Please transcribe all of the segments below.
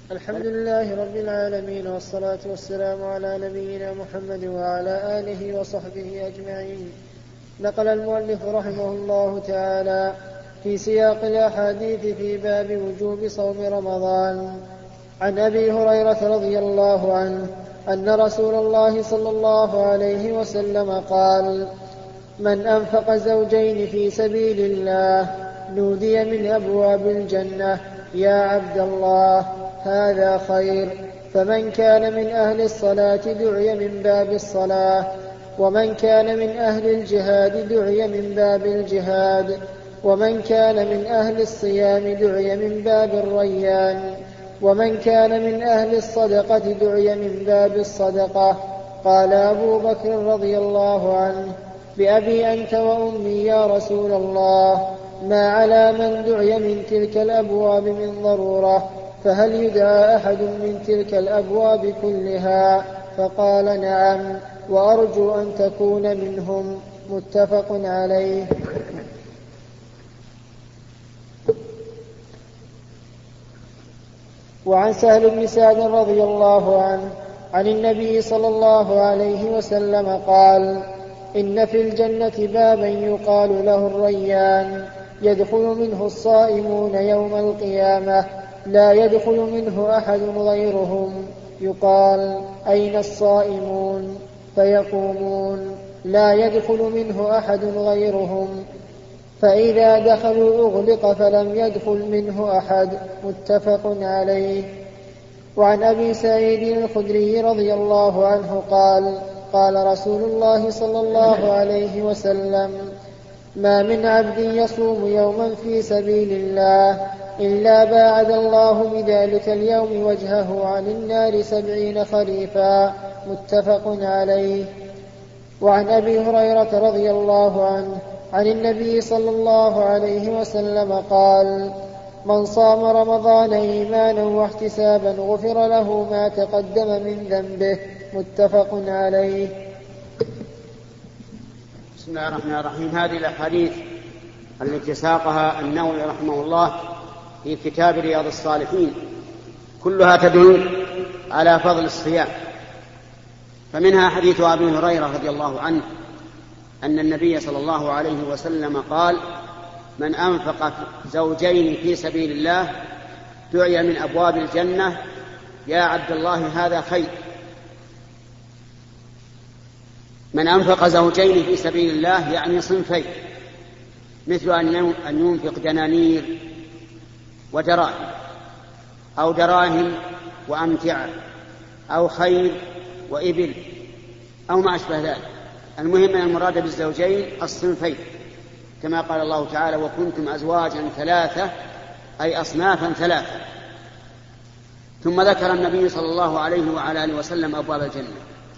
الحمد لله رب العالمين، والصلاة والسلام على نبينا محمد وعلى آله وصحبه أجمعين. نقل المؤلف رحمه الله تعالى في سياق الأحاديث في باب وجوب صوم رمضان عن أبي هريرة رضي الله عنه أن رسول الله صلى الله عليه وسلم قال: من أنفق زوجين في سبيل الله نودي من أبواب الجنة: يا عبد الله، هذا خير. فمن كان من أهل الصلاة دعي من باب الصلاة، ومن كان من أهل الجهاد دعي من باب الجهاد، ومن كان من أهل الصيام دعي من باب الريان، ومن كان من أهل الصدقة دعي من باب الصدقة. قال أبو بكر رضي الله عنه: بأبي أنت وأمي يا رسول الله، ما على من دعي من تلك الأبواب من ضرورة، فهل يدعى أحد من تلك الأبواب كلها؟ فقال: نعم، وأرجو أن تكون منهم. متفق عليه. وعن سهل بن سعد رضي الله عنه عن النبي صلى الله عليه وسلم قال: إن في الجنة بابا يقال له الريان، يدخل منه الصائمون يوم القيامة، لا يدخل منه أحد غيرهم. يقال: أين الصائمون؟ فيقومون: لا يدخل منه أحد غيرهم. فإذا دخلوا أغلق فلم يدخل منه أحد. متفق عليه. وعن أبي سعيد الخدري رضي الله عنه قال: قال رسول الله صلى الله عليه وسلم: ما من عبد يصوم يوما في سبيل الله إلا باعد الله بذلك اليوم وجهه عن النار 70 خريفا. متفق عليه. وعن أبي هريرة رضي الله عنه عن النبي صلى الله عليه وسلم قال: من صام رمضان إيمانا واحتسابا غفر له ما تقدم من ذنبه. متفق عليه. بسم الله الرحمن الرحيم. هذه الأحاديث التي ساقها النووي رحمه الله في كتاب رياض الصالحين كلها تدل على فضل الصيام. فمنها حديث أبي هريرة رضي الله عنه أن النبي صلى الله عليه وسلم قال: من أنفق زوجين في سبيل الله دعي من أبواب الجنة: يا عبد الله، هذا خير. من أنفق زوجين في سبيل الله يعني صنفين، مثل أن ينفق دنانير ودراهم، أو دراهم وأمتعة، أو خيل وإبل، أو ما أشبه ذلك. المهم أن المراد بالزوجين الصنفين، كما قال الله تعالى: وكنتم أزواجا ثلاثة، أي أصنافا ثلاثة. ثم ذكر النبي صلى الله عليه وعلى آله وسلم أبواب الجنة.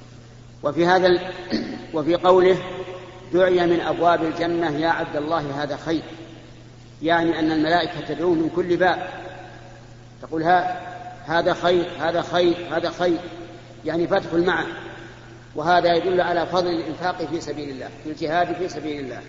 وفي قوله دعي من أبواب الجنة: يا عبد الله، هذا خير، يعني أن الملائكة تدعوه من كل باب، تقول هذا خير، هذا خير، هذا خير، يعني فادخل معه. وهذا يدل على فضل الإنفاق في سبيل الله، في الجهاد في سبيل الله.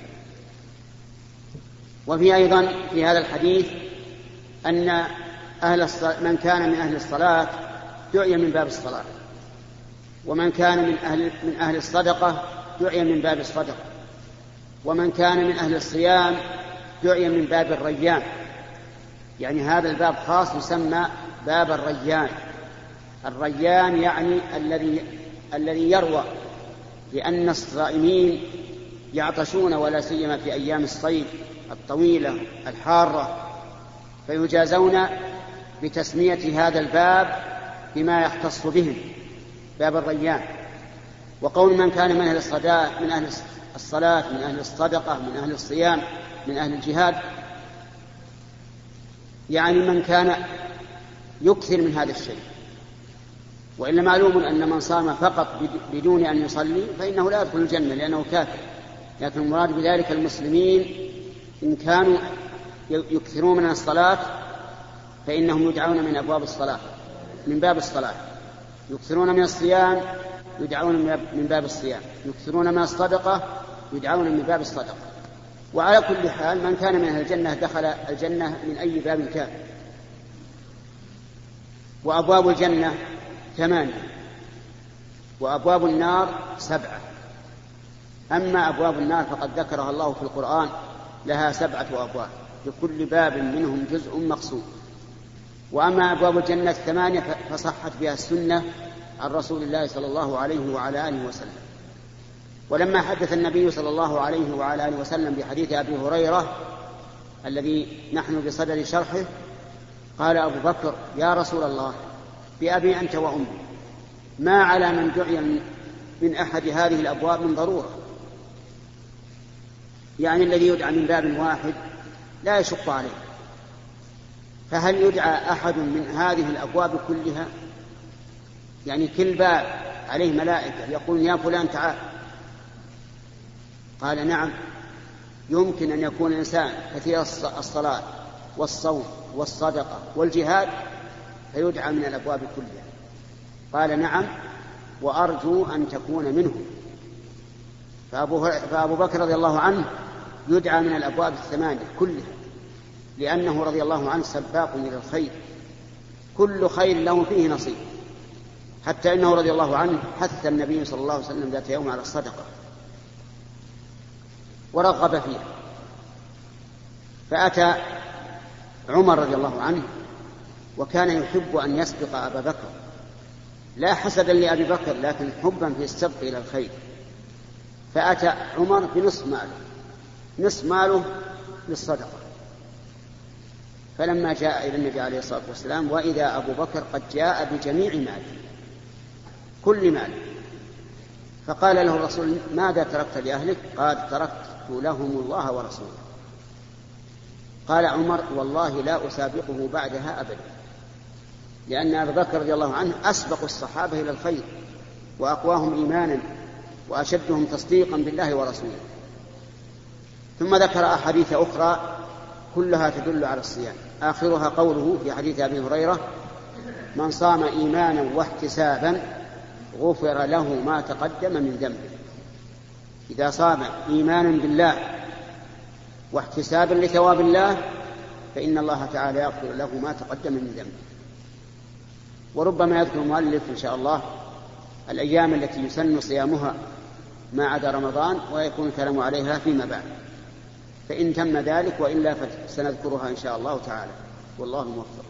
وفي أيضا في هذا الحديث أن من كان من أهل الصلاة دعي من باب الصلاة، ومن كان من أهل الصدقة دعي من باب الصدقة، ومن كان من أهل الصيام دعي من باب الريان. يعني هذا الباب خاص يسمى باب الريان. الريان يعني الذي يروى، لأن الصائمين يعطشون، ولا سيما في أيام الصيف الطويلة الحارة، فيجازون بتسمية هذا الباب بما يختص بهم، باب الريان. وقول من كان من أهل الصلاة، من أهل الصدقة، من أهل الصيام، من أهل الجهاد، يعني من كان يكثر من هذا الشيء. وإلا معلوم أن من صام فقط بدون أن يصلي فإنه لا يدخل الجنة لأنه كافر. لكن المراد بذلك المسلمين إن كانوا يكثرون من الصلاة فإنهم يدعون من أبواب الصلاة، من باب الصلاة. يكثرون من الصيام يدعون من باب الصيام، يكثرون من الصدقة يدعون من باب الصدقة. وعلى كل حال من كان من أهل الجنة دخل الجنة من أي باب كان. وأبواب الجنة 8 وأبواب النار 7. أما أبواب النار فقد ذكرها الله في القرآن لها 7 أبواب لكل باب منهم جزء مقسوم. وأما أبواب الجنة 8 فصحت بها السنة عن رسول الله صلى الله عليه وعلى آله وسلم. ولما حدث النبي صلى الله عليه وعلى آله وسلم بحديث أبي هريرة الذي نحن بصدد شرحه قال أبو بكر: يا رسول الله، بأبي أنت وأمي، ما على من دعي من أحد هذه الأبواب من ضرورة. يعني الذي يدعى من باب واحد لا يشق عليه، فهل يدعى أحد من هذه الأبواب كلها؟ يعني كل باب عليه ملائكة يقول: يا فلان تعال. قال: نعم، يمكن أن يكون الإنسان كثير الصلاة والصوم والصدقة والجهاد فيدعى من الأبواب كلها. قال: نعم، وأرجو أن تكون منه. فأبو بكر رضي الله عنه يدعى من الأبواب 8 كلها، لأنه رضي الله عنه سباق إلى الخير، كل خير له فيه نصيب، حتى إنه رضي الله عنه حث النبي صلى الله عليه وسلم ذات يوم على الصدقة ورغب فيها. فأتى عمر رضي الله عنه وكان يحب أن يسبق أبا بكر، لا حسدا لأبي بكر لكن حبا في السبق إلى الخير. فأتى عمر بنصف ماله، نصف ماله للصدقة. فلما جاء إلى النبي عليه الصلاة والسلام وإذا أبو بكر قد جاء بجميع ماله، كل ماله. فقال له الرسول: ماذا تركت لأهلك؟ قال: تركت لهم الله ورسوله. قال عمر: والله لا أسابقه بعدها أبدا، لأن أبا بكر رضي الله عنه أسبق الصحابة إلى الخير وأقواهم إيمانا وأشدهم تصديقا بالله ورسوله. ثم ذكر أحاديث أخرى كلها تدل على الصيام، آخرها قوله في حديث أبي هريرة: من صام إيمانا واحتسابا غفر له ما تقدم من ذنبه. إذا صام إيمانا بالله واحتسابا لثواب الله فإن الله تعالى يغفر له ما تقدم من ذنبه. وربما يذكر المؤلف إن شاء الله الأيام التي يسن صيامها ما عدا رمضان، ويكون الكلام عليها فيما بعد، فإن تم ذلك، وإلا فسنذكرها إن شاء الله تعالى، والله موفق.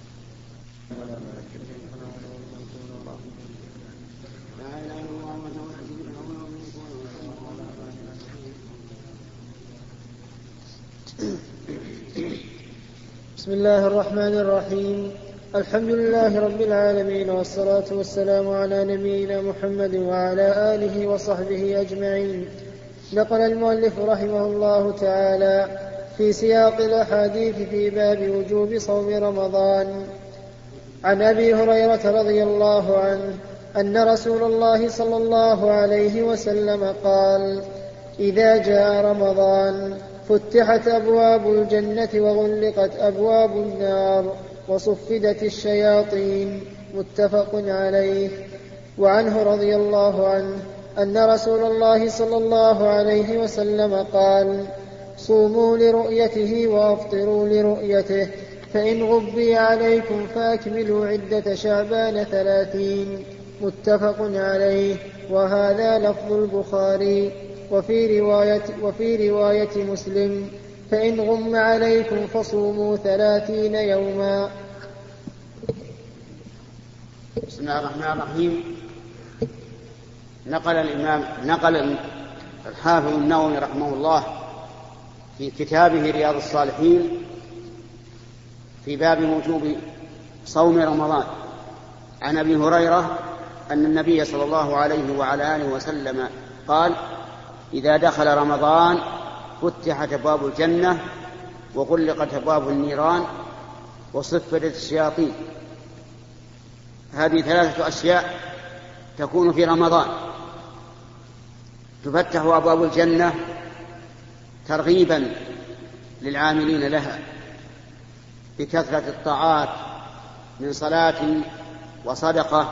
بسم الله الرحمن الرحيم. الحمد لله رب العالمين، والصلاة والسلام على نبينا محمد وعلى آله وصحبه أجمعين. نقل المؤلف رحمه الله تعالى في سياق الأحاديث في باب وجوب صوم رمضان عن أبي هريرة رضي الله عنه أن رسول الله صلى الله عليه وسلم قال: إذا جاء رمضان فتحت أبواب الجنة وغلقت أبواب النار وصفدت الشياطين. متفق عليه. وعنه رضي الله عنه أن رسول الله صلى الله عليه وسلم قال: صوموا لرؤيته وأفطروا لرؤيته، فإن غبي عليكم فأكملوا عدة شعبان 30. متفق عليه. وهذا لفظ البخاري. وفي رواية مسلم: فإن غم عليكم فصوموا 30 يوما. بسم الله الرحمن الرحيم. نقل الحافظ النووي رحمه الله في كتابه رياض الصالحين في باب وجوب صوم رمضان عن أبي هريرة أن النبي صلى الله عليه وعلى آله وسلم قال: إذا دخل رمضان فتحت أبواب الجنة وغلقت أبواب النيران وصفدت الشياطين. هذه 3 أشياء تكون في رمضان. تفتح أبواب الجنة ترغيبا للعاملين لها بكثرة الطاعات من صلاة وصدقة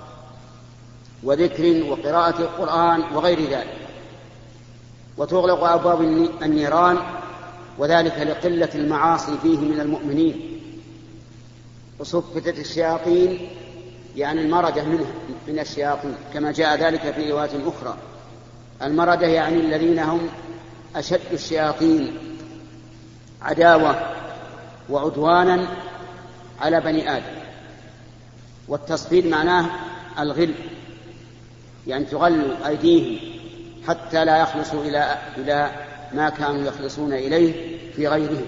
وذكر وقراءة القرآن وغير ذلك. وتغلق أبواب النيران، وذلك لقلة المعاصي فيه من المؤمنين صفتت الشياطين يعني المردة من الشياطين، كما جاء ذلك في رواية أخرى. المردة يعني الذين هم أشد الشياطين عداوة وعدوانا على بني آدم. والتصفيد معناه الغل، يعني تغل أيديهم حتى لا يخلصوا إلى ما كانوا يخلصون إليه في غيرهم.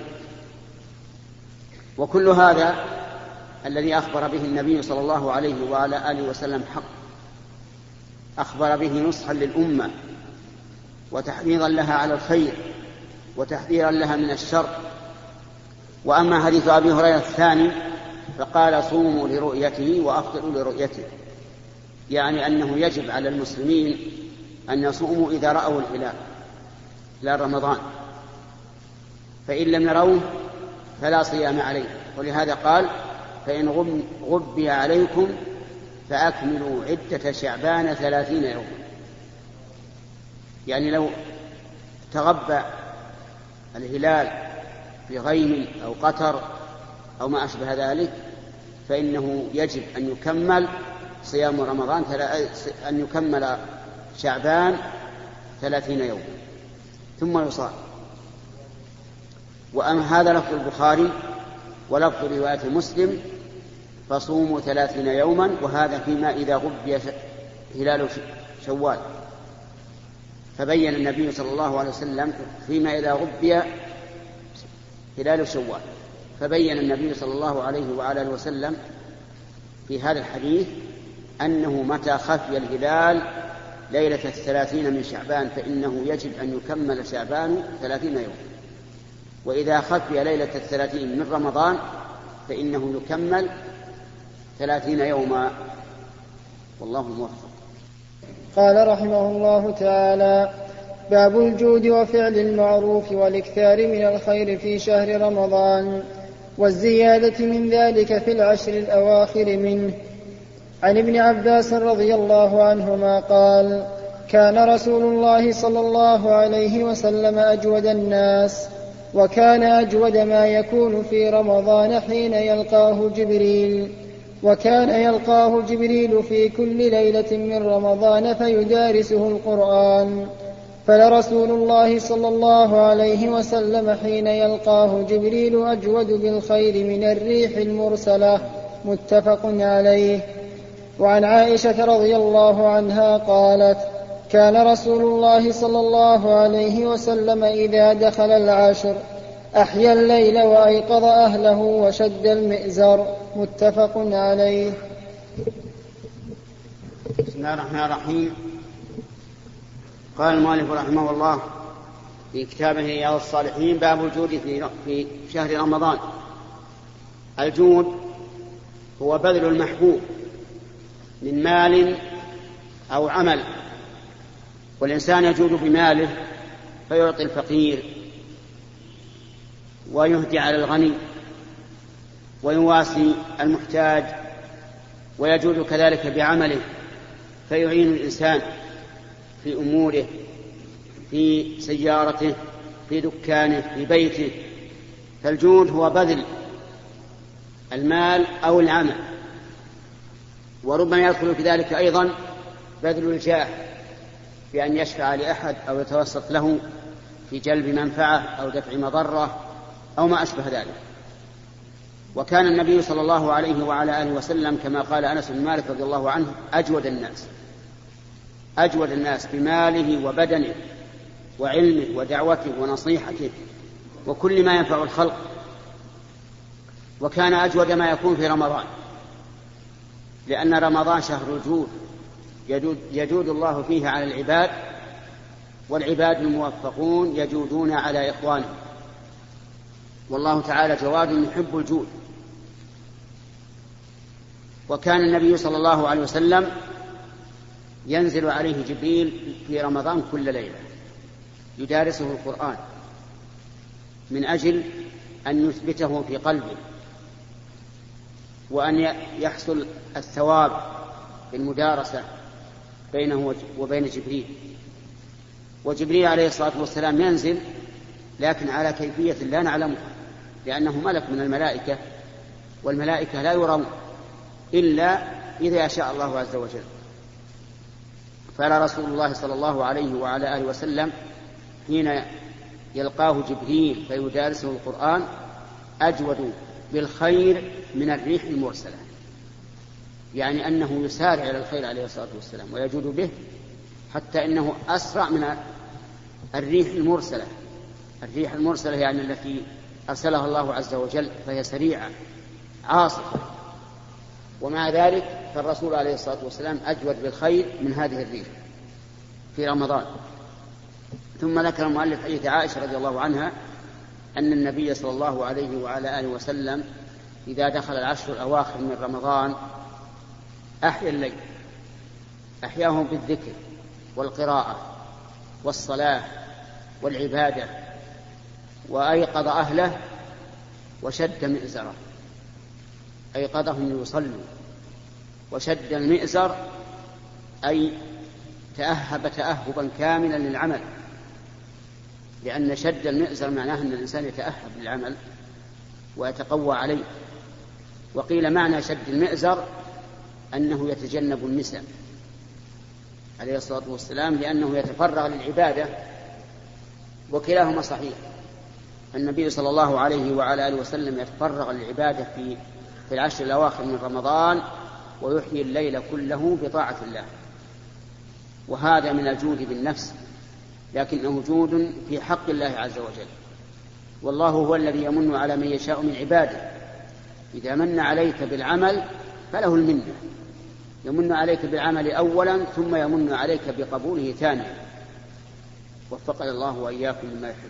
وكل هذا الذي أخبر به النبي صلى الله عليه وعلى آله وسلم حق، أخبر به نصحا للأمة وتحريضا لها على الخير وتحذيرا لها من الشر. وأما حديث أبي هريرة الثاني فقال صوموا لرؤيته وأفطروا لرؤيته، يعني أنه يجب على المسلمين أن يصوموا إذا رأوا الهلال رمضان، فإن لم يروه فلا صيام عليه. ولهذا قال فإن غبي عليكم فأكملوا عدة شعبان 30 يوما. يعني لو تغبى الهلال في غيم أو قطر أو ما أشبه ذلك فإنه يجب أن يكمل صيام رمضان، أن يكمل شعبان 30 يوما ثم يصام. وأما هذا لفظ البخاري، ولفظ رواية مسلم فصوموا 30 يوما، وهذا فيما إذا غبي هلال شوال. فبين النبي صلى الله عليه وسلم فيما إذا غبي هلال شوال، فبين النبي صلى الله عليه وعلى آله وسلم في هذا الحديث أنه متى خفي الهلال ليلة 30 من شعبان فإنه يجب أن يكمل شعبان 30 يوما، وإذا خفي ليلة 30 من رمضان فإنه يكمل 30 يوما، والله موفق. قال رحمه الله تعالى: باب الجود وفعل المعروف والإكثار من الخير في شهر رمضان والزيادة من ذلك في العشر الأواخر منه. عن ابن عباس رضي الله عنهما قال: كان رسول الله صلى الله عليه وسلم أجود الناس، وكان أجود ما يكون في رمضان حين يلقاه جبريل، وكان يلقاه جبريل في كل ليلة من رمضان فيدارسه القرآن، فلرسول الله صلى الله عليه وسلم حين يلقاه جبريل أجود بالخير من الريح المرسلة. متفق عليه. وعن عائشة رضي الله عنها قالت: كان رسول الله صلى الله عليه وسلم إذا دخل العشر أحيا الليل وأيقظ أهله وشد المئزر. متفق عليه. بسم الله الرحمن الرحيم. قال المؤلف رحمه الله في كتابه رياض الصالحين: باب الجود في شهر رمضان. الجود هو بذل المحبوب من مال أو عمل، والإنسان يجود بماله فيعطي الفقير ويهدي على الغني ويواسي المحتاج، ويجود كذلك بعمله فيعين الإنسان في أموره، في سيارته، في دكانه، في بيته. فالجود هو بذل المال أو العمل، وربما يدخل في ذلك أيضا بذل الجاه بأن يشفع لأحد أو يتوسط له في جلب منفعة أو دفع مضرة أو ما أشبه ذلك. وكان النبي صلى الله عليه وعلى آله وسلم كما قال أنس بن مالك رضي الله عنه أجود الناس بماله وبدنه وعلمه ودعوته ونصيحته وكل ما ينفع الخلق. وكان أجود ما يكون في رمضان، لأن رمضان شهر الجود، يجود الله فيه على العباد، والعباد الموفقون يجودون على إخوانهم، والله تعالى جواد يحب الجود. وكان النبي صلى الله عليه وسلم ينزل عليه جبريل في رمضان كل ليلة يدارسه القرآن من أجل أن يثبته في قلبه، وأن يحصل الثواب بالمدارسة بينه وبين جبريل. وجبريل عليه الصلاة والسلام ينزل لكن على كيفية لا نعلمها، لأنه ملك من الملائكة والملائكة لا يرون إلا إذا شاء الله عز وجل. فلا رسول الله صلى الله عليه وعلى آله وسلم حين يلقاه جبريل فيدارسه القرآن أجود بالخير من الريح المرسلة، يعني أنه يسارع إلى الخير عليه الصلاة والسلام ويجود به، حتى إنه أسرع من الريح المرسلة. الريح المرسلة يعني التي أرسلها الله عز وجل، فهي سريعة عاصفة، ومع ذلك فالرسول عليه الصلاة والسلام أجود بالخير من هذه الريح في رمضان. ثم ذكر المؤلف حديث عائشة رضي الله عنها أن النبي صلى الله عليه وعلى آله وسلم إذا دخل العشر الأواخر من رمضان أحيا الليل، أحياهم بالذكر والقراءة والصلاة والعبادة، وأيقظ أهله وشد مئزره، أيقظهم ليصلوا، وشد المئزر أي تأهب تأهبا كاملا للعمل، لأن شد المئزر معناه أن الإنسان يتأهب للعمل ويتقوى عليه. وقيل معنى شد المئزر أنه يتجنب النساء عليه الصلاة والسلام، لأنه يتفرغ للعبادة، وكلاهما صحيح. النبي صلى الله عليه وعلى آله وسلم يتفرغ للعبادة في العشر الأواخر من رمضان، ويحيي الليل كله بطاعة الله، وهذا من الجود بالنفس، لكنه جود في حق الله عز وجل. والله هو الذي يمن على من يشاء من عباده، إذا من عليك بالعمل فله المنة، يمن عليك بالعمل أولا ثم يمن عليك بقبوله ثانيا. وفقنا الله وإياكم لما يحب.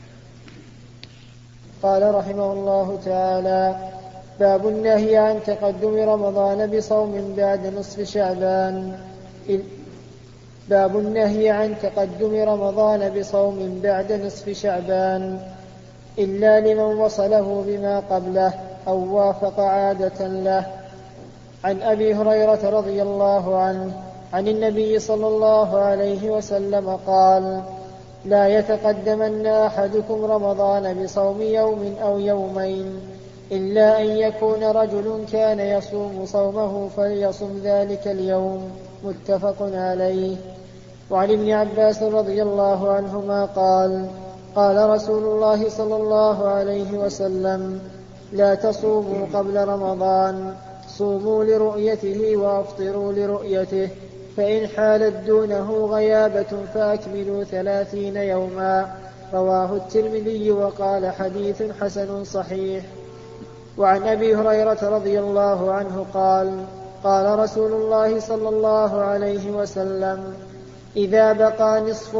قال رحمه الله تعالى: باب النهي عن تقدم رمضان بصوم بعد نصف شعبان. باب النهي عن تقدم رمضان بصوم بعد نصف شعبان إلا لمن وصله بما قبله أو وافق عادة له. عن أبي هريرة رضي الله عنه عن النبي صلى الله عليه وسلم قال: لا يتقدمن أحدكم رمضان بصوم يوم أو يومين إلا أن يكون رجل كان يصوم صومه فليصم ذلك اليوم. متفق عليه. وعن ابن عباس رضي الله عنهما قال: قال رسول الله صلى الله عليه وسلم: لا تصوموا قبل رمضان، صوموا لرؤيته وافطروا لرؤيته، فإن حالت دونه غيابة فأكملوا 30 يوما. رواه الترمذي وقال: حديث حسن صحيح. وعن أبي هريرة رضي الله عنه قال: قال رسول الله صلى الله عليه وسلم: إذا بقي نصف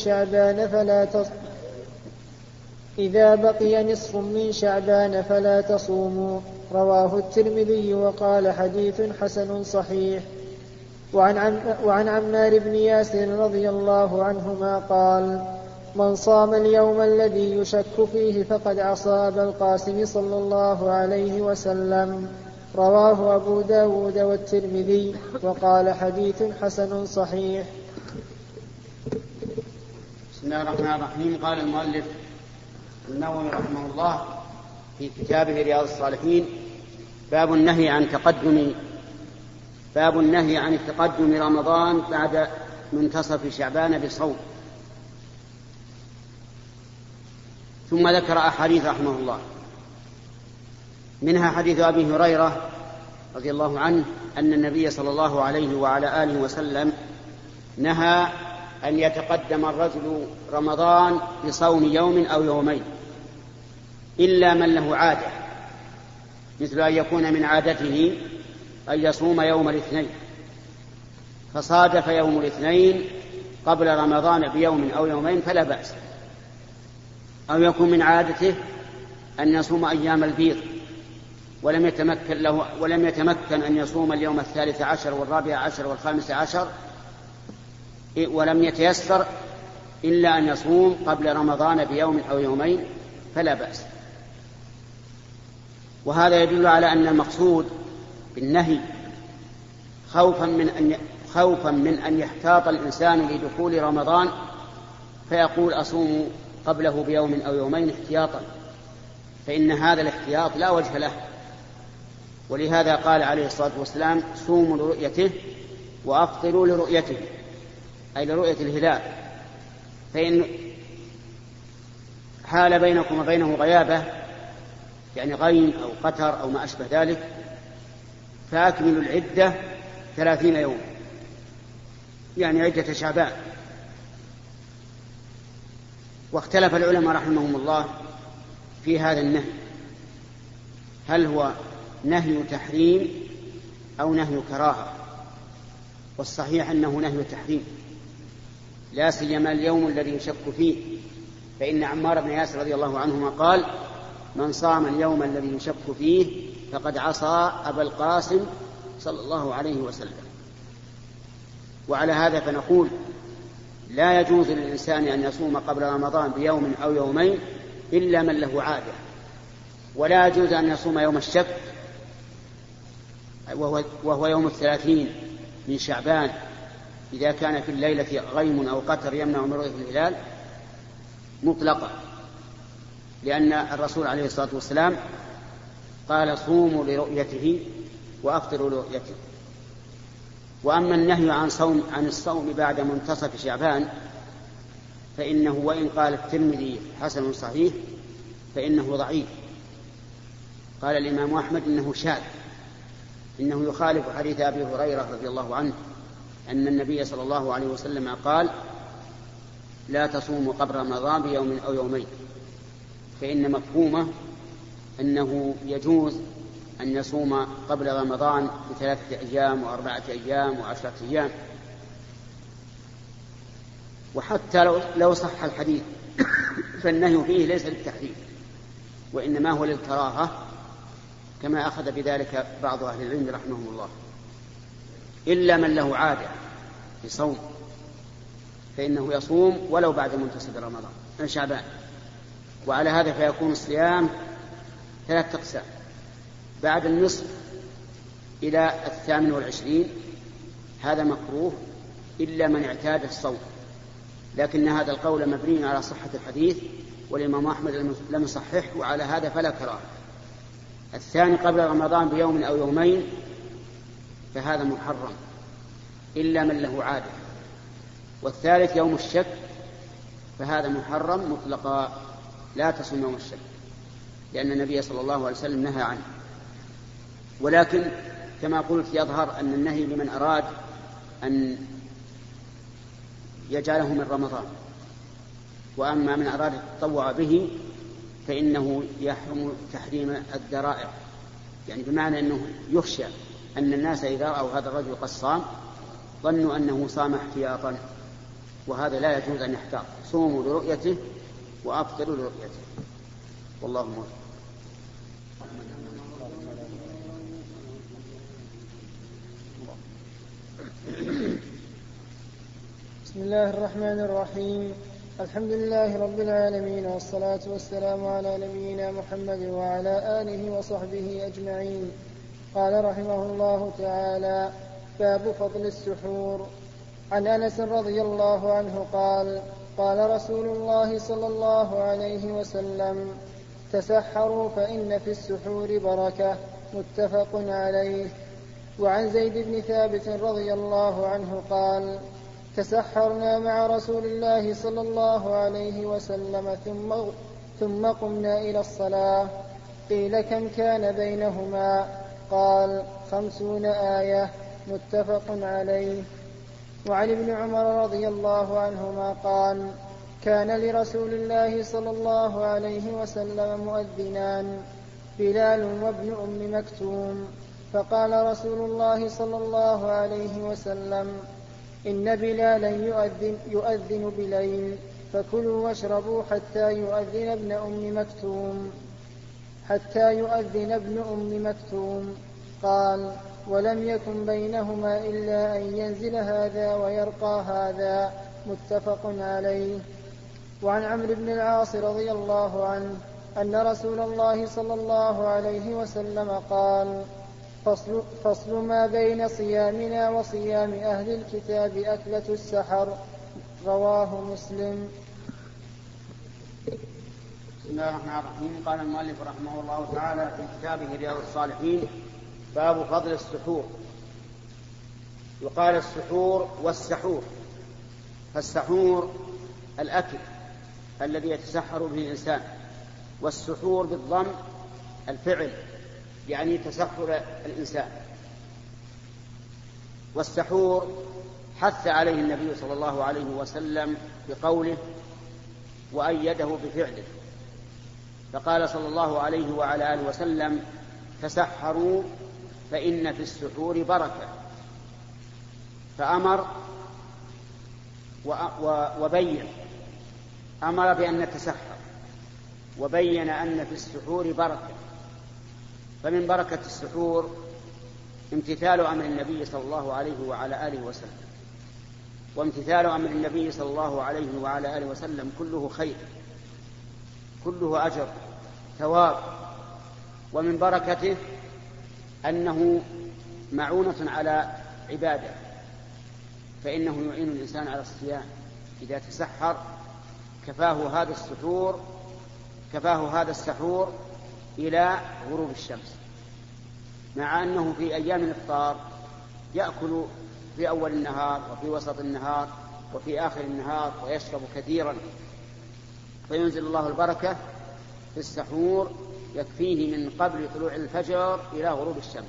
من شعبان فلا تصوموا. رواه الترمذي وقال: حديث حسن صحيح. وعن عمار بن ياسر رضي الله عنهما قال: من صام اليوم الذي يشك فيه فقد عصى أبا القاسم صلى الله عليه وسلم. رواه أبو داود والترمذي وقال: حديث حسن صحيح. بسم الله الرحمن الرحيم. قال المؤلف النووي رحمه الله في كتابه رياض الصالحين: باب النهي عن تقدم رمضان بعد منتصف شعبان بصوم. ثم ذكر أحاديث رحمه الله، منها حديث أبي هريرة رضي الله عنه أن النبي صلى الله عليه وعلى آله وسلم نهى أن يتقدم الرجل رمضان بصوم يوم أو يومين إلا من له عادة، مثل أن يكون من عادته أن يصوم يوم الاثنين فصادف يوم الاثنين قبل رمضان بيوم أو يومين فلا بأس، أو يكون من عادته أن يصوم أيام البيض ولم يتمكن أن يصوم اليوم 13 و14 و15 ولم يتيسر إلا أن يصوم قبل رمضان بيوم أو يومين فلا بأس. وهذا يدل على أن المقصود بالنهي خوفا من أن يحتاط الإنسان لدخول رمضان فيقول أصوم قبله بيوم أو يومين احتياطا، فإن هذا الاحتياط لا وجه له، ولهذا قال عليه الصلاة والسلام صوموا لرؤيته وأفطروا لرؤيته، أي لرؤية الهلال. فإن حال بينكم وبينه غيابة يعني غيم أو قتر أو ما أشبه ذلك فأكملوا العدة 30 يوم، يعني عدة شعبان. واختلف العلماء رحمهم الله في هذا النهي، هل هو نهي تحريم أو نهي كراهة؟ والصحيح أنه نهي تحريم، لا سيما اليوم الذي يشك فيه، فإن عمار بن ياسر رضي الله عنهما قال: من صام اليوم الذي يشك فيه فقد عصى أبا القاسم صلى الله عليه وسلم. وعلى هذا فنقول لا يجوز للإنسان أن يصوم قبل رمضان بيوم أو يومين إلا من له عادة، ولا يجوز أن يصوم يوم الشك وهو يوم 30 من شعبان إذا كان في الليلة غيم أو قتر يمنع من رؤية الهلال مطلقا، لأن الرسول عليه الصلاة والسلام قال: صوموا لرؤيته وأفطروا لرؤيته. وأما النهي عن الصوم بعد منتصف شعبان فإنه وإن قال الترمذي حسن صحيح فإنه ضعيف. قال الإمام أحمد إنه شاذ، إنه يخالف حديث أبي هريرة رضي الله عنه أن النبي صلى الله عليه وسلم قال: لا تصوموا قبل رمضان بيوم أو يومين، فإن مفهومه أنه يجوز أن يصوم قبل رمضان ب3 أيام و4 أيام و10 أيام. وحتى لو صح الحديث فالنهي فيه ليس للتحريم وإنما هو للكراهة، كما أخذ بذلك بعض أهل العلم رحمهم الله، إلا من له عادة في صوم فإنه يصوم ولو بعد منتصف رمضان شعبان. وعلى هذا فيكون الصيام 3 أقسام: بعد النصف إلى 28 هذا مكروه إلا من اعتاد الصوم، لكن هذا القول مبني على صحة الحديث والإمام أحمد لم يصححه، وعلى هذا فلا كراهة. الثاني قبل رمضان بيوم أو يومين فهذا محرم إلا من له عادة. والثالث يوم الشك فهذا محرم مطلقا، لا تصوم يوم الشك، لأن النبي صلى الله عليه وسلم نهى عنه. ولكن كما قلت يظهر أن النهي لمن أراد أن يجعله من رمضان، وأما من أراد التطوع به فإنه يحرم تحريم الذرائع، يعني بمعنى أنه يخشى أن الناس إذا رأوا هذا الرجل قد صام ظنوا أنه صام احتياطا، وهذا لا يجوز أن يحتاط. صوموا لرؤيته وأفطروا لرؤيته، والله موفق. بسم الله الرحمن الرحيم. الحمد لله رب العالمين، والصلاة والسلام على نبينا محمد وعلى آله وصحبه أجمعين. قال رحمه الله تعالى: باب فضل السحور. عن أنس رضي الله عنه قال: قال رسول الله صلى الله عليه وسلم: تسحروا فإن في السحور بركة. متفق عليه. وعن زيد بن ثابت رضي الله عنه قال: تسحرنا مع رسول الله صلى الله عليه وسلم ثم قمنا إلى الصلاة. قيل: كم كان بينهما؟ قال: 50 آية. متفق عليه. وعن ابن عمر رضي الله عنهما قال: كان لرسول الله صلى الله عليه وسلم مؤذنان، بلال وابن أم مكتوم. فقال رسول الله صلى الله عليه وسلم: إن بلالا يؤذن بليل، فكلوا واشربوا حتى يؤذن ابن أم مكتوم. قال: ولم يكن بينهما إلا أن ينزل هذا ويرقى هذا. متفق عليه. وعن عمرو بن العاص رضي الله عنه أن رسول الله صلى الله عليه وسلم قال: فصل ما بين صيامنا وصيام أهل الكتاب أكلة السحر. رواه مسلم. بسم الله الرحمن الرحيم. قال المؤلف رحمه الله تعالى في كتابه رياض الصالحين: باب فضل السحور. يقال السحور والسحور. فالسحور الأكل الذي يتسحر به الإنسان، والسحور بالضم الفعل يعني تسحر الإنسان. والسحور حث عليه النبي صلى الله عليه وسلم بقوله وأيده بفعله، فقال صلى الله عليه وعلى آله وسلم تسحروا فإن في السحور بركة. فأمر وبين، أمر بأن نتسحر وبين أن في السحور بركة. فمن بركة السحور امتثال أمر النبي صلى الله عليه وعلى آله وسلم، وامتثال أمر النبي صلى الله عليه وعلى آله وسلم كله خير، كله أجر ثواب. ومن بركته أنه معونة على عباده، فإنه يعين الإنسان على الصيام. إذا تسحر كفاه هذا السحور إلى غروب الشمس، مع أنه في أيام الإفطار يأكل في أول النهار وفي وسط النهار وفي آخر النهار ويشرب كثيرا، فينزل الله البركة في السحور يكفيه من قبل طلوع الفجر إلى غروب الشمس.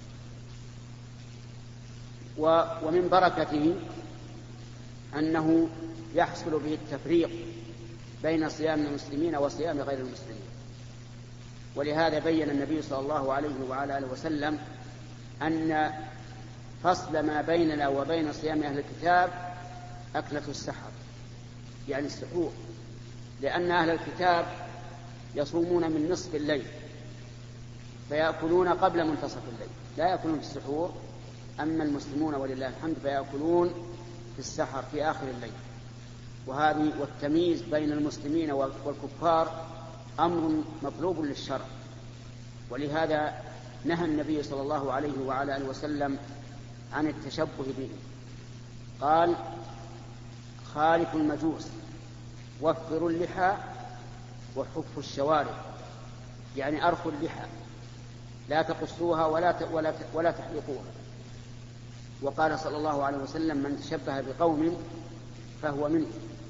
ومن بركته أنه يحصل به التفريق بين صيام المسلمين وصيام غير المسلمين. ولهذا بين النبي صلى الله عليه وعلى آله وسلم أن فصل ما بيننا وبين صيام أهل الكتاب أكلة السحر، يعني السحور، لأن أهل الكتاب يصومون من نصف الليل فيأكلون قبل منتصف الليل، لا يأكلون في السحور. أما المسلمون ولله الحمد فيأكلون في السحر في آخر الليل. وهذه والتمييز بين المسلمين والكفار أمر مطلوب للشرع، ولهذا نهى النبي صلى الله عليه وعلى آله وسلم عن التشبه به. قال خالفوا المجوس وفروا اللحى وحفوا الشوارب، يعني أرخوا اللحى لا تقصوها ولا تحلقوها. وقال صلى الله عليه وسلم من تشبه بقوم فهو منه.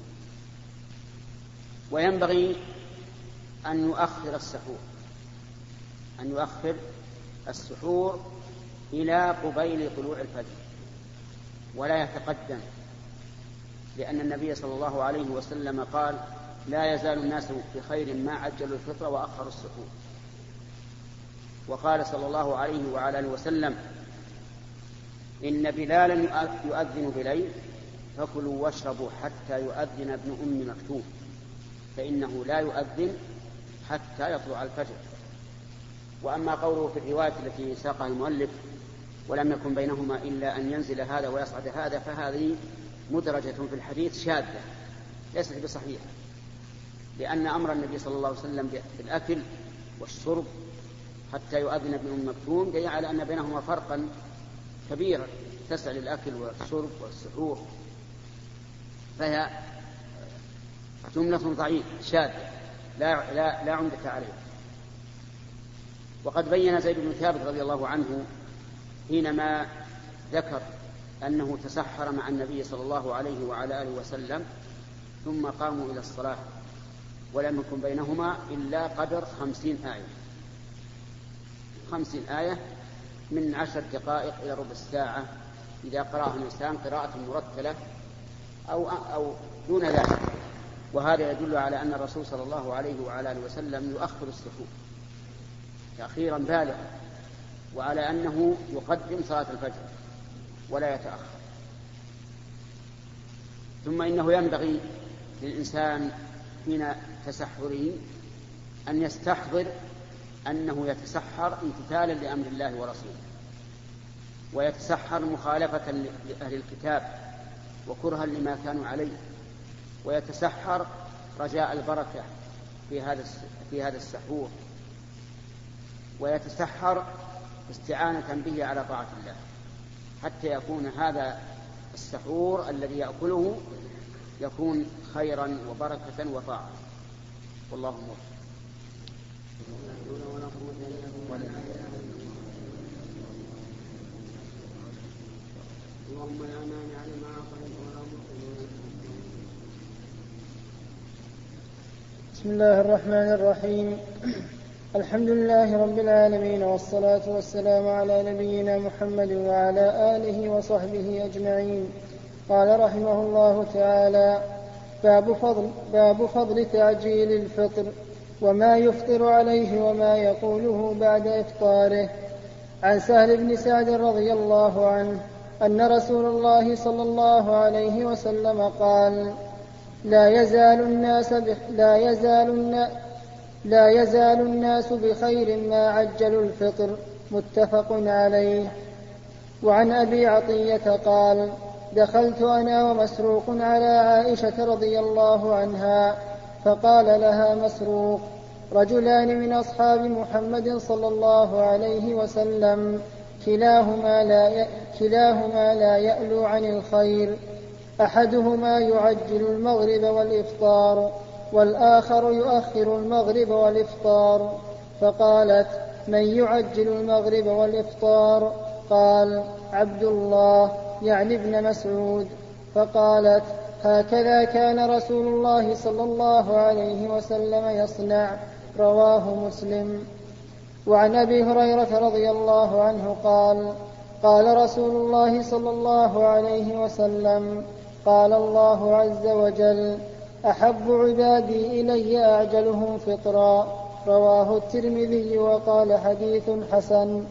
وينبغي أن يؤخر السحور إلى قبيل طلوع الفجر ولا يتقدم، لأن النبي صلى الله عليه وسلم قال لا يزال الناس بخير ما عجلوا الفطر وأخروا السحور. وقال صلى الله عليه وعلى آله وسلم إن بلالا يؤذن بليل فكلوا واشربوا حتى يؤذن ابن أم مكتوم فإنه لا يؤذن حتى يطلع الفجر. وأما قوله في الرواية التي ساقها المؤلف ولم يكن بينهما إلا أن ينزل هذا ويصعد هذا، فهذه مدرجة في الحديث شاذة ليست بصحيحة، لأن أمر النبي صلى الله عليه وسلم بالأكل والشرب حتى يؤذن ابن أم مكتوم دليل على أن بينهما فرقا كبيرا تسع للأكل والشرب والسحور، فهي جملة ضعيفة شاذة لا عمدة عليها. وقد بين زيد بن ثابت رضي الله عنه حينما ذكر أنه تسحر مع النبي صلى الله عليه وعلى آله وسلم ثم قاموا إلى الصلاة ولم يكن بينهما إلا قدر 50 آية، 50 آية من 10 دقائق إلى ربع الساعة إذا قرأها الإنسان قراءة مرتلة أو دون ذلك. وهذا يدل على أن الرسول صلى الله عليه وعلى آله وسلم يؤخر السحور تأخيرا بالغا، وعلى أنه يقدم صلاة الفجر ولا يتأخر. ثم إنه ينبغي للإنسان حين تسحره أن يستحضر أنه يتسحر امتثالا لأمر الله ورسوله، ويتسحر مخالفة لأهل الكتاب وكرها لما كانوا عليه، ويتسحر رجاء البركة في هذا السحور، ويتسحر استعانة به على طاعة الله، حتى يكون هذا السحور الذي يأكله يكون خيرا وبركة وطاعة. والله موفق. اللهم لا مانع لما أعطيت ولا معطي. بسم الله الرحمن الرحيم. الحمد لله رب العالمين، والصلاة والسلام على نبينا محمد وعلى آله وصحبه أجمعين. قال رحمه الله تعالى: باب فضل تعجيل الفطر وما يفطر عليه وما يقوله بعد إفطاره. عن سهل بن سعد رضي الله عنه أن رسول الله صلى الله عليه وسلم قال: لا يزال الناس بخير ما عجلوا الفطر. متفق عليه. وعن أبي عطية قال: دخلت أنا ومسروق على عائشة رضي الله عنها، فقال لها مسروق: رجلان من أصحاب محمد صلى الله عليه وسلم كلاهما لا يألو عن الخير، أحدهما يعجل المغرب والإفطار، والآخر يؤخر المغرب والإفطار. فقالت: من يعجل المغرب والإفطار؟ قال: عبد الله، يعني ابن مسعود. فقالت: هكذا كان رسول الله صلى الله عليه وسلم يصنع. رواه مسلم. وعن أبي هريرة رضي الله عنه قال: قال رسول الله صلى الله عليه وسلم: قال الله عز وجل: أحب عبادي إلي أعجلهم فطرا. رواه الترمذي وقال: حديث حسن.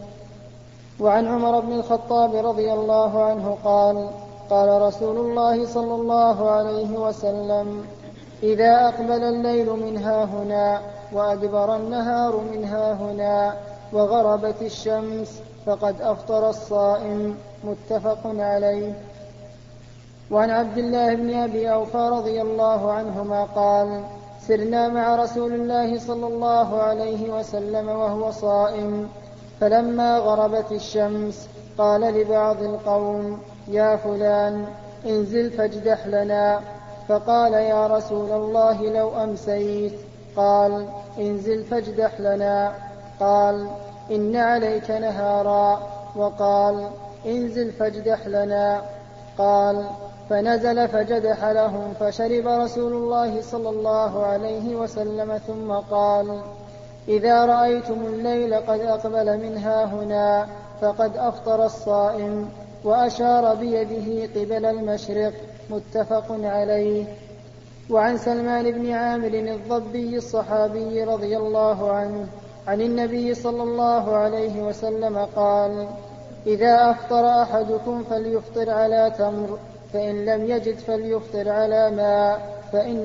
وعن عمر بن الخطاب رضي الله عنه قال: قال رسول الله صلى الله عليه وسلم: إذا أقبل الليل من هاهنا وأدبر النهار من هاهنا وغربت الشمس فقد أفطر الصائم. متفق عليه. وعن عبد الله بن أبي أوفى رضي الله عنهما قال: سرنا مع رسول الله صلى الله عليه وسلم وهو صائم، فلما غربت الشمس قال لبعض القوم: يا فلان، انزل فاجدح لنا. فقال: يا رسول الله، لو أمسيت. قال: انزل فاجدح لنا. قال: إن عليك نهارا. وقال: انزل فاجدح لنا. قال: فنزل فجدح لهم، فشرب رسول الله صلى الله عليه وسلم ثم قال: إذا رأيتم الليل قد أقبل من هاهنا فقد أفطر الصائم، وأشار بيده قبل المشرق. متفق عليه. وعن سلمان بن عامر الضبي الصحابي رضي الله عنه عن النبي صلى الله عليه وسلم قال: إذا أفطر أحدكم فليفطر على تمر، فإن لم يجد فليفطر على ماء،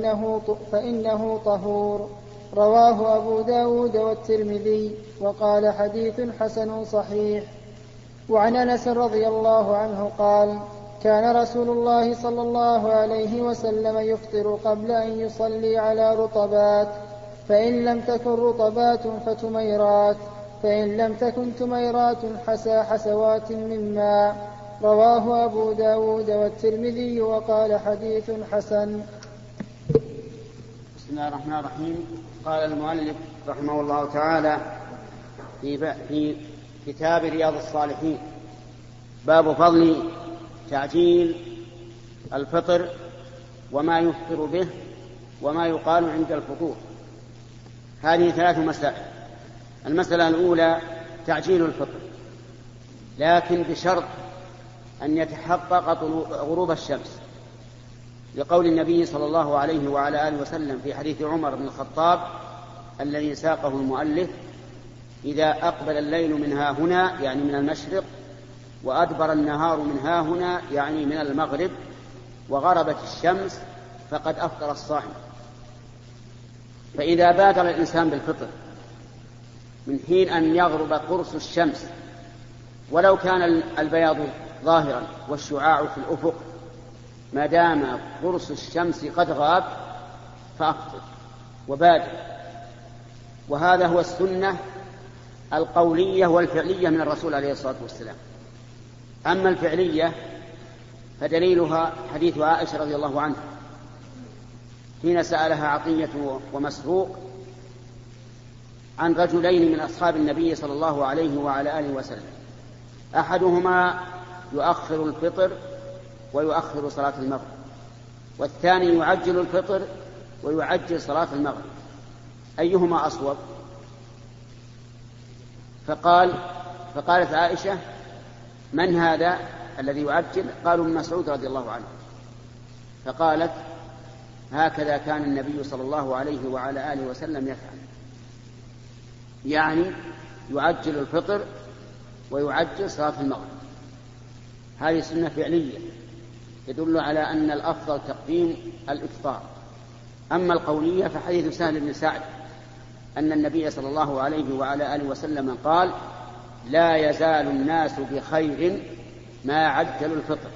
فإنه طهور. رواه أبو داود والترمذي وقال: حديث حسن صحيح. وعن أنس رضي الله عنه قال: كان رسول الله صلى الله عليه وسلم يفطر قبل أن يصلي على رطبات، فإن لم تكن رطبات فتميرات، فإن لم تكن تميرات حسوات من ماء. رواه أبو داود والترمذي وقال: حديث حسن. بسم الله الرحمن الرحيم. قال المؤلف رحمه الله تعالى في كتاب رياض الصالحين: باب فضل تعجيل الفطر وما يفطر به وما يقال عند الفطور. هذه 3 مسائل. المسألة الأولى تعجيل الفطر، لكن بشرط أن يتحقق غروب الشمس، لقول النبي صلى الله عليه وعلى آله وسلم في حديث عمر بن الخطاب الذي ساقه المؤلف: إذا أقبل الليل من هاهنا، يعني من المشرق، وأدبر النهار من هاهنا، يعني من المغرب، وغربت الشمس فقد أفطر الصائم. فإذا بادر الإنسان بالفطر من حين أن يغرب قرص الشمس، ولو كان البياض ظاهرا والشعاع في الأفق، ما دام قرص الشمس قد غاب فأفطر وبادر. وهذا هو السنة القولية والفعلية من الرسول عليه الصلاة والسلام. أما الفعلية فدليلها حديث عائشة رضي الله عنها حين سألها عطية ومسروق عن رجلين من أصحاب النبي صلى الله عليه وعلى آله وسلم، أحدهما يؤخر الفطر ويؤخر صلاة المغرب، والثاني يعجل الفطر ويعجل صلاة المغرب، أيهما أصوب؟ فقالت عائشة: من هذا الذي يعجل؟ قالوا: ابن مسعود رضي الله عنه. فقالت: هكذا كان النبي صلى الله عليه وعلى آله وسلم يفعل، يعني يعجل الفطر ويعجل صلاة المغرب. هذه سنة فعلية يدل على أن الأفضل تقديم الإفطار. أما القولية فحديث سهل بن سعد أن النبي صلى الله عليه وعلى آله وسلم قال: لا يزال الناس بخير ما عجلوا الفطر.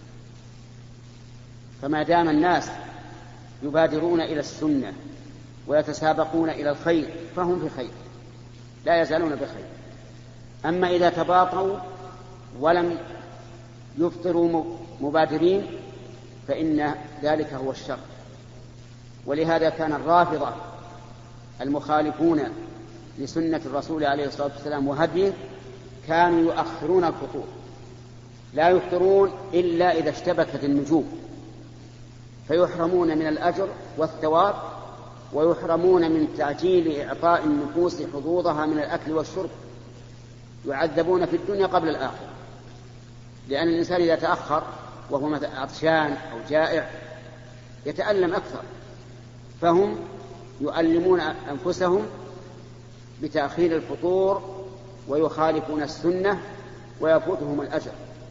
فما دام الناس يبادرون إلى السنة ويتسابقون إلى الخير فهم بخير، لا يزالون بخير. أما إذا تباطؤوا ولم يفطروا مبادرين فإن ذلك هو الشر. ولهذا كان الرافضة المخالفون لسنة الرسول عليه الصلاة والسلام وهديه كانوا يؤخرون الفطور، لا يفطرون إلا إذا اشتبكت النجوم، فيحرمون من الأجر والثواب، ويحرمون من تعجيل إعطاء النفوس حظوظها من الأكل والشرب، يعذبون في الدنيا قبل الآخرة. لأن الإنسان إذا تأخر وهو عطشان أو جائع يتألم أكثر، فهم يؤلمون أنفسهم بتأخير الفطور ويخالفون السنة ويفوتهم الأجر.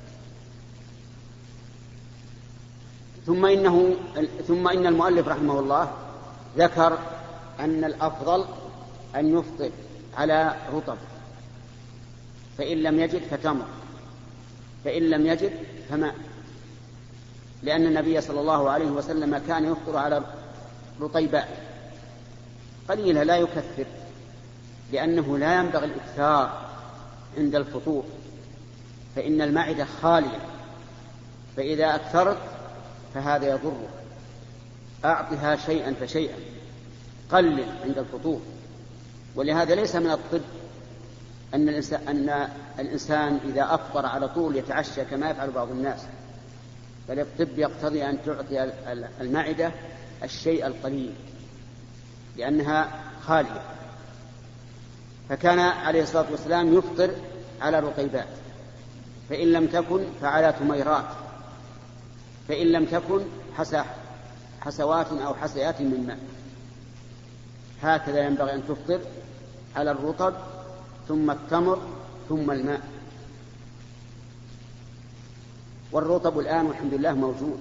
ثم إن المؤلف رحمه الله ذكر أن الأفضل أن يفطر على رطب، فإن لم يجد فتمر، فإن لم يجد فماء، لأن النبي صلى الله عليه وسلم كان يفطر على رطيبات قليلة لا يكثر، لأنه لا ينبغي الإكثار عند الفطور، فإن المعدة خالية، فإذا أكثرت فهذا يضره. أعطها شيئا فشيئا، قلل عند الفطور. ولهذا ليس من الطب أن الإنسان إذا أفطر على طول يتعشى كما يفعل بعض الناس، بل الطب يقتضي أن تعطي المعدة الشيء القليل لأنها خالية. فكان عليه الصلاة والسلام يفطر على رطيبات، فإن لم تكن فعلى تميرات، فإن لم تكن حسوات أو حسيات من ماء. هكذا ينبغي أن تفطر على الرطب ثم التمر ثم الماء. والرطب الآن والحمد لله موجود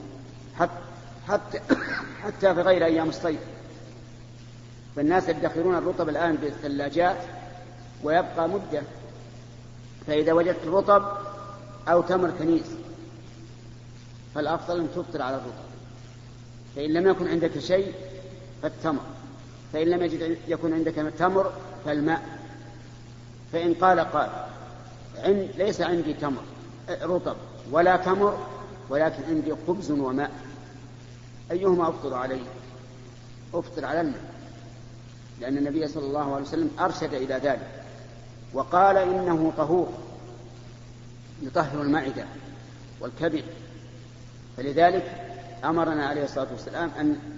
حتى في غير أيام الصيف، فالناس يدخرون الرطب الآن بالثلاجات ويبقى مدة. فإذا وجدت رطب أو تمر كنيس فالأفضل أن تفطر على الرطب، فإن لم يكن عندك شيء فالتمر، فإن لم يكن عندك تمر فالماء. فإن قال ليس عندي تمر رطب ولا تمر ولكن عندي خبز وماء، أيهما أفطر عليه؟ أفطر على الماء، لأن النبي صلى الله عليه وسلم أرشد إلى ذلك وقال إنه طهور يطهر المعدة والكبد، فلذلك أمرنا عليه الصلاة والسلام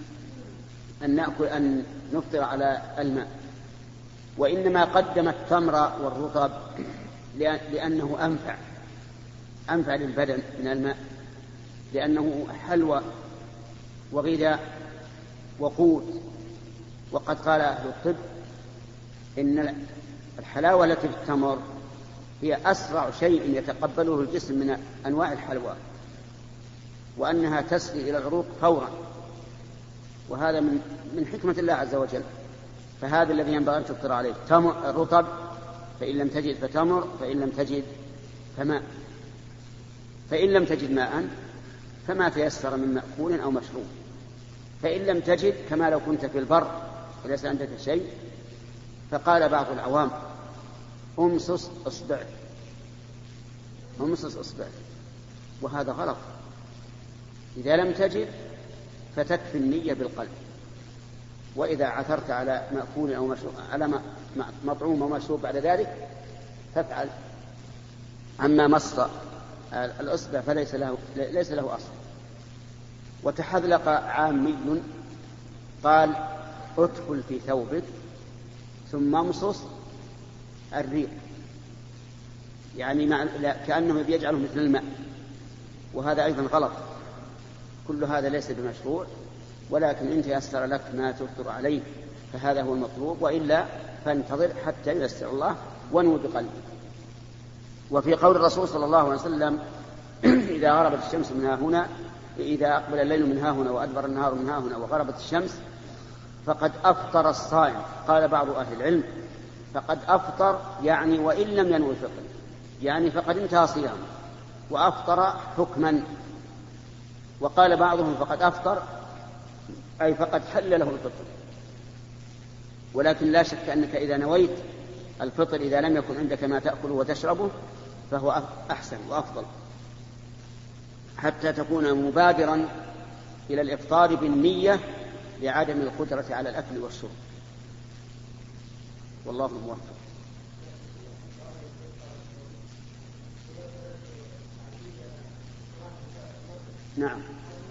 أن نفطر على الماء. وإنما قدم التمر والرطب لأنه أنفع للبدن من الماء، لأنه حلوى وغذاء وقوت. وقد قال أهل الطب إن الحلاوة التي في التمر هي أسرع شيء يتقبله الجسم من أنواع الحلوى، وأنها تسري إلى العروق فورا، وهذا من حكمة الله عز وجل. فهذا الذي ينبغي أن تفطر عليه الرطب، فإن لم تجد فتمر، فإن لم تجد فماء، فإن لم تجد ماء فما تيسر من مأكول أو مشروب، فإن لم تجد كما لو كنت في البر وليس عندك شيء. فقال بعض العوام أمصص أصبع، وهذا غلط. إذا لم تجد فتكفي النية بالقلب، وإذا عثرت على مأكول أو مشروب على مطعوم أو مشروب بعد ذلك فافعل. أما مص الإصبع فليس له أصل. وتحذلق عامي قال ادخل في ثوبك ثم امصص الريق، يعني كأنه يجعله مثل الماء، وهذا أيضا غلط. كل هذا ليس بمشروع، ولكن إن تيسر لك ما تفطر عليه فهذا هو المطلوب، وإلا فانتظر حتى ييسر الله وانوي بقلبك. وفي قول الرسول صلى الله عليه وسلم إذا غربت الشمس من ها هنا، إذا أقبل الليل من ها هنا وأدبر النهار من ها هنا وغربت الشمس فقد أفطر الصائم. قال بعض أهل العلم فقد أفطر يعني وإن لم ينوي الفطر، يعني فقد انتهى صيامه وأفطر حكما. وقال بعضهم فقد أفطر أي فقد حل له الفطر. ولكن لا شك أنك إذا نويت الفطر إذا لم يكن عندك ما تأكله وتشربه فهو أحسن وأفضل، حتى تكون مبادرا إلى الإفطار بالنية لعدم القدرة على الأكل والشرب. والله الموفق. نعم.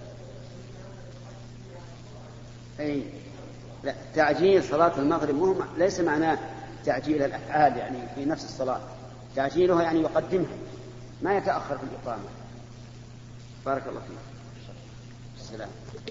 أي لا، تعجيل صلاة المغرب ليس معناه تعجيل الأفعال يعني في نفس الصلاة، تعجيلها يعني يقدمها ما يتأخر في الإقامة. بارك الله فيك. السلام.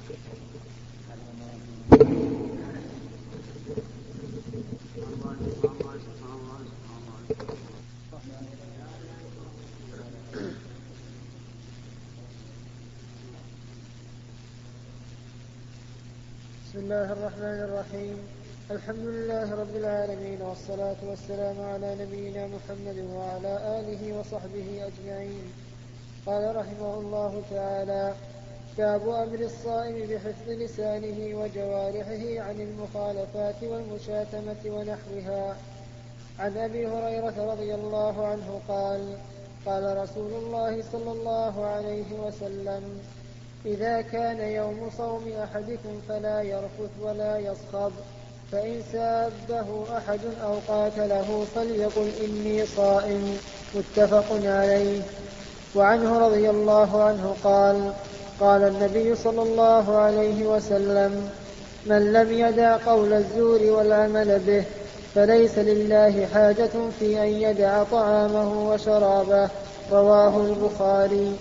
بسم الله الرحمن الرحيم. الحمد لله رب العالمين، والصلاة والسلام على نبينا محمد وعلى آله وصحبه أجمعين. قال رحمه الله تعالى: باب أمر الصائم بحفظ لسانه وجوارحه عن المخالفات والمشاتمة ونحوها. عن أبي هريرة رضي الله عنه قال: قال رسول الله صلى الله عليه وسلم: إذا كان يوم صوم أحدكم فلا يرفث ولا يصخب، فإن سابه أحد أو قاتله فليقل إني صائم. متفق عليه. وعنه رضي الله عنه قال: قال النبي صلى الله عليه وسلم: من لم يدع قول الزور والعمل به فليس لله حاجة في أن يدع طعامه وشرابه. رواه البخاري.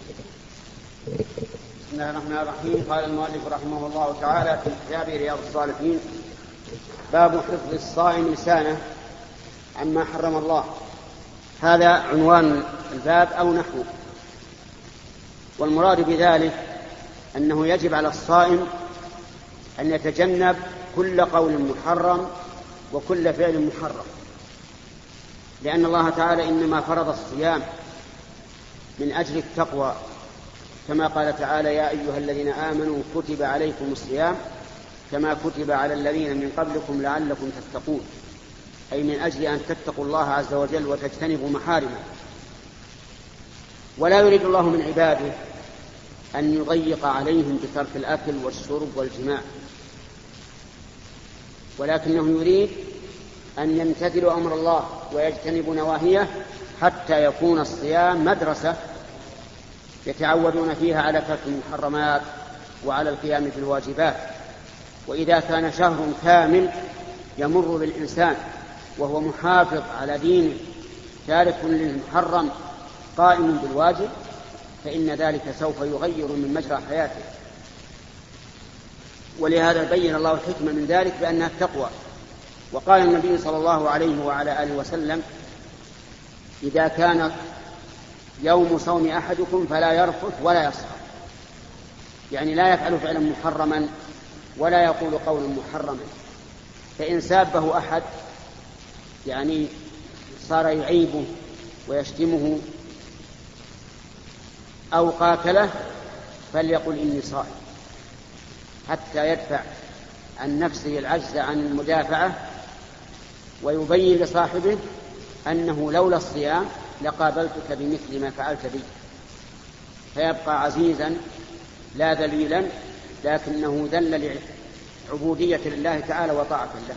بسم الله الرحمن الرحيم. قال المؤلف رحمه الله تعالى في كتابه رياض الصالحين: باب حفظ الصائم لسانه عما حرم الله. هذا عنوان الباب أو نحوه. والمراد بذلك أنه يجب على الصائم أن يتجنب كل قول محرم وكل فعل محرم، لأن الله تعالى إنما فرض الصيام من أجل التقوى، كما قال تعالى: يا أيها الذين آمنوا كتب عليكم الصيام كما كتب على الذين من قبلكم لعلكم تتقون، أي من أجل أن تتقوا الله عز وجل وتجتنبوا محارمه. ولا يريد الله من عباده أن يضيق عليهم بترك الأكل والشرب والجماع، ولكنه يريد أن يمتثلوا أمر الله ويجتنبوا نواهيه، حتى يكون الصيام مدرسة يتعودون فيها على ترك المحرمات وعلى القيام بالواجبات. وإذا كان شهر كامل يمر بالإنسان وهو محافظ على دينه تارك للمحرم قائم بالواجب، فإن ذلك سوف يغير من مجرى حياته. ولهذا بين الله الحكمة من ذلك بأنها التقوى. وقال النبي صلى الله عليه وعلى آله وسلم: إذا كان يوم صوم أحدكم فلا يرفث ولا يصخب، يعني لا يفعل فعلا محرما ولا يقول قولا محرما. فإن سابه أحد يعني صار يعيبه ويشتمه أو قاتله فليقل إني صائم، حتى يدفع عن نفسه العجز عن المدافعة، ويبين لصاحبه أنه لولا الصيام لقابلتك بمثل ما فعلت بي، فيبقى عزيزا لا ذليلا، لكنه ذل لعبودية لله تعالى وطاعة له.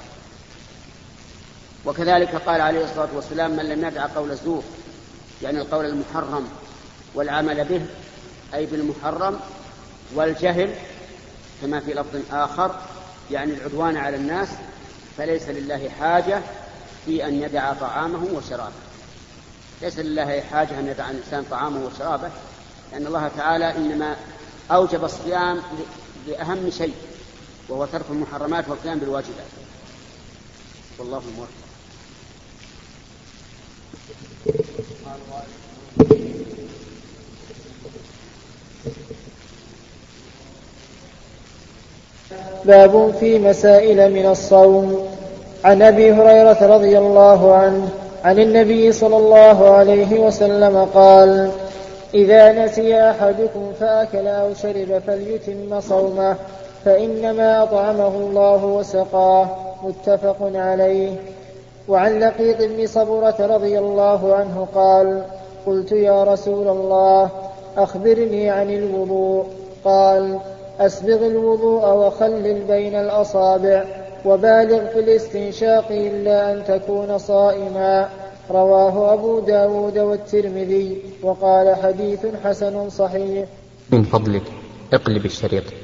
وكذلك قال عليه الصلاة والسلام: من لم يدع قول الزور، يعني القول المحرم والعمل به أي بالمحرم، والجهل كما في لفظ آخر يعني العدوان على الناس، فليس لله حاجة في أن يدع طعامه وشرابه. ليس لله حاجة أن يدع الإنسان طعامه وشرابه، لأن الله تعالى إنما أوجب الصيام لأهم شيء، وهو ترك المحرمات والقيام بالواجبات. والله موفق. باب في مسائل من الصوم. عن أبي هريرة رضي الله عنه عن النبي صلى الله عليه وسلم قال: إذا نسي أحدكم فأكل أو شرب فليتم صومه، فإنما أطعمه الله وسقاه. متفق عليه. وعن لقيط بن صبرة رضي الله عنه قال: قلت يا رسول الله أخبرني عن الوضوء. قال: أسبغ الوضوء وخلل بين الأصابع وبالغ في الاستنشاق إلا أن تكون صائما. رواه أبو داود والترمذي وقال: حديث حسن صحيح. من فضلك اقلب الشريط.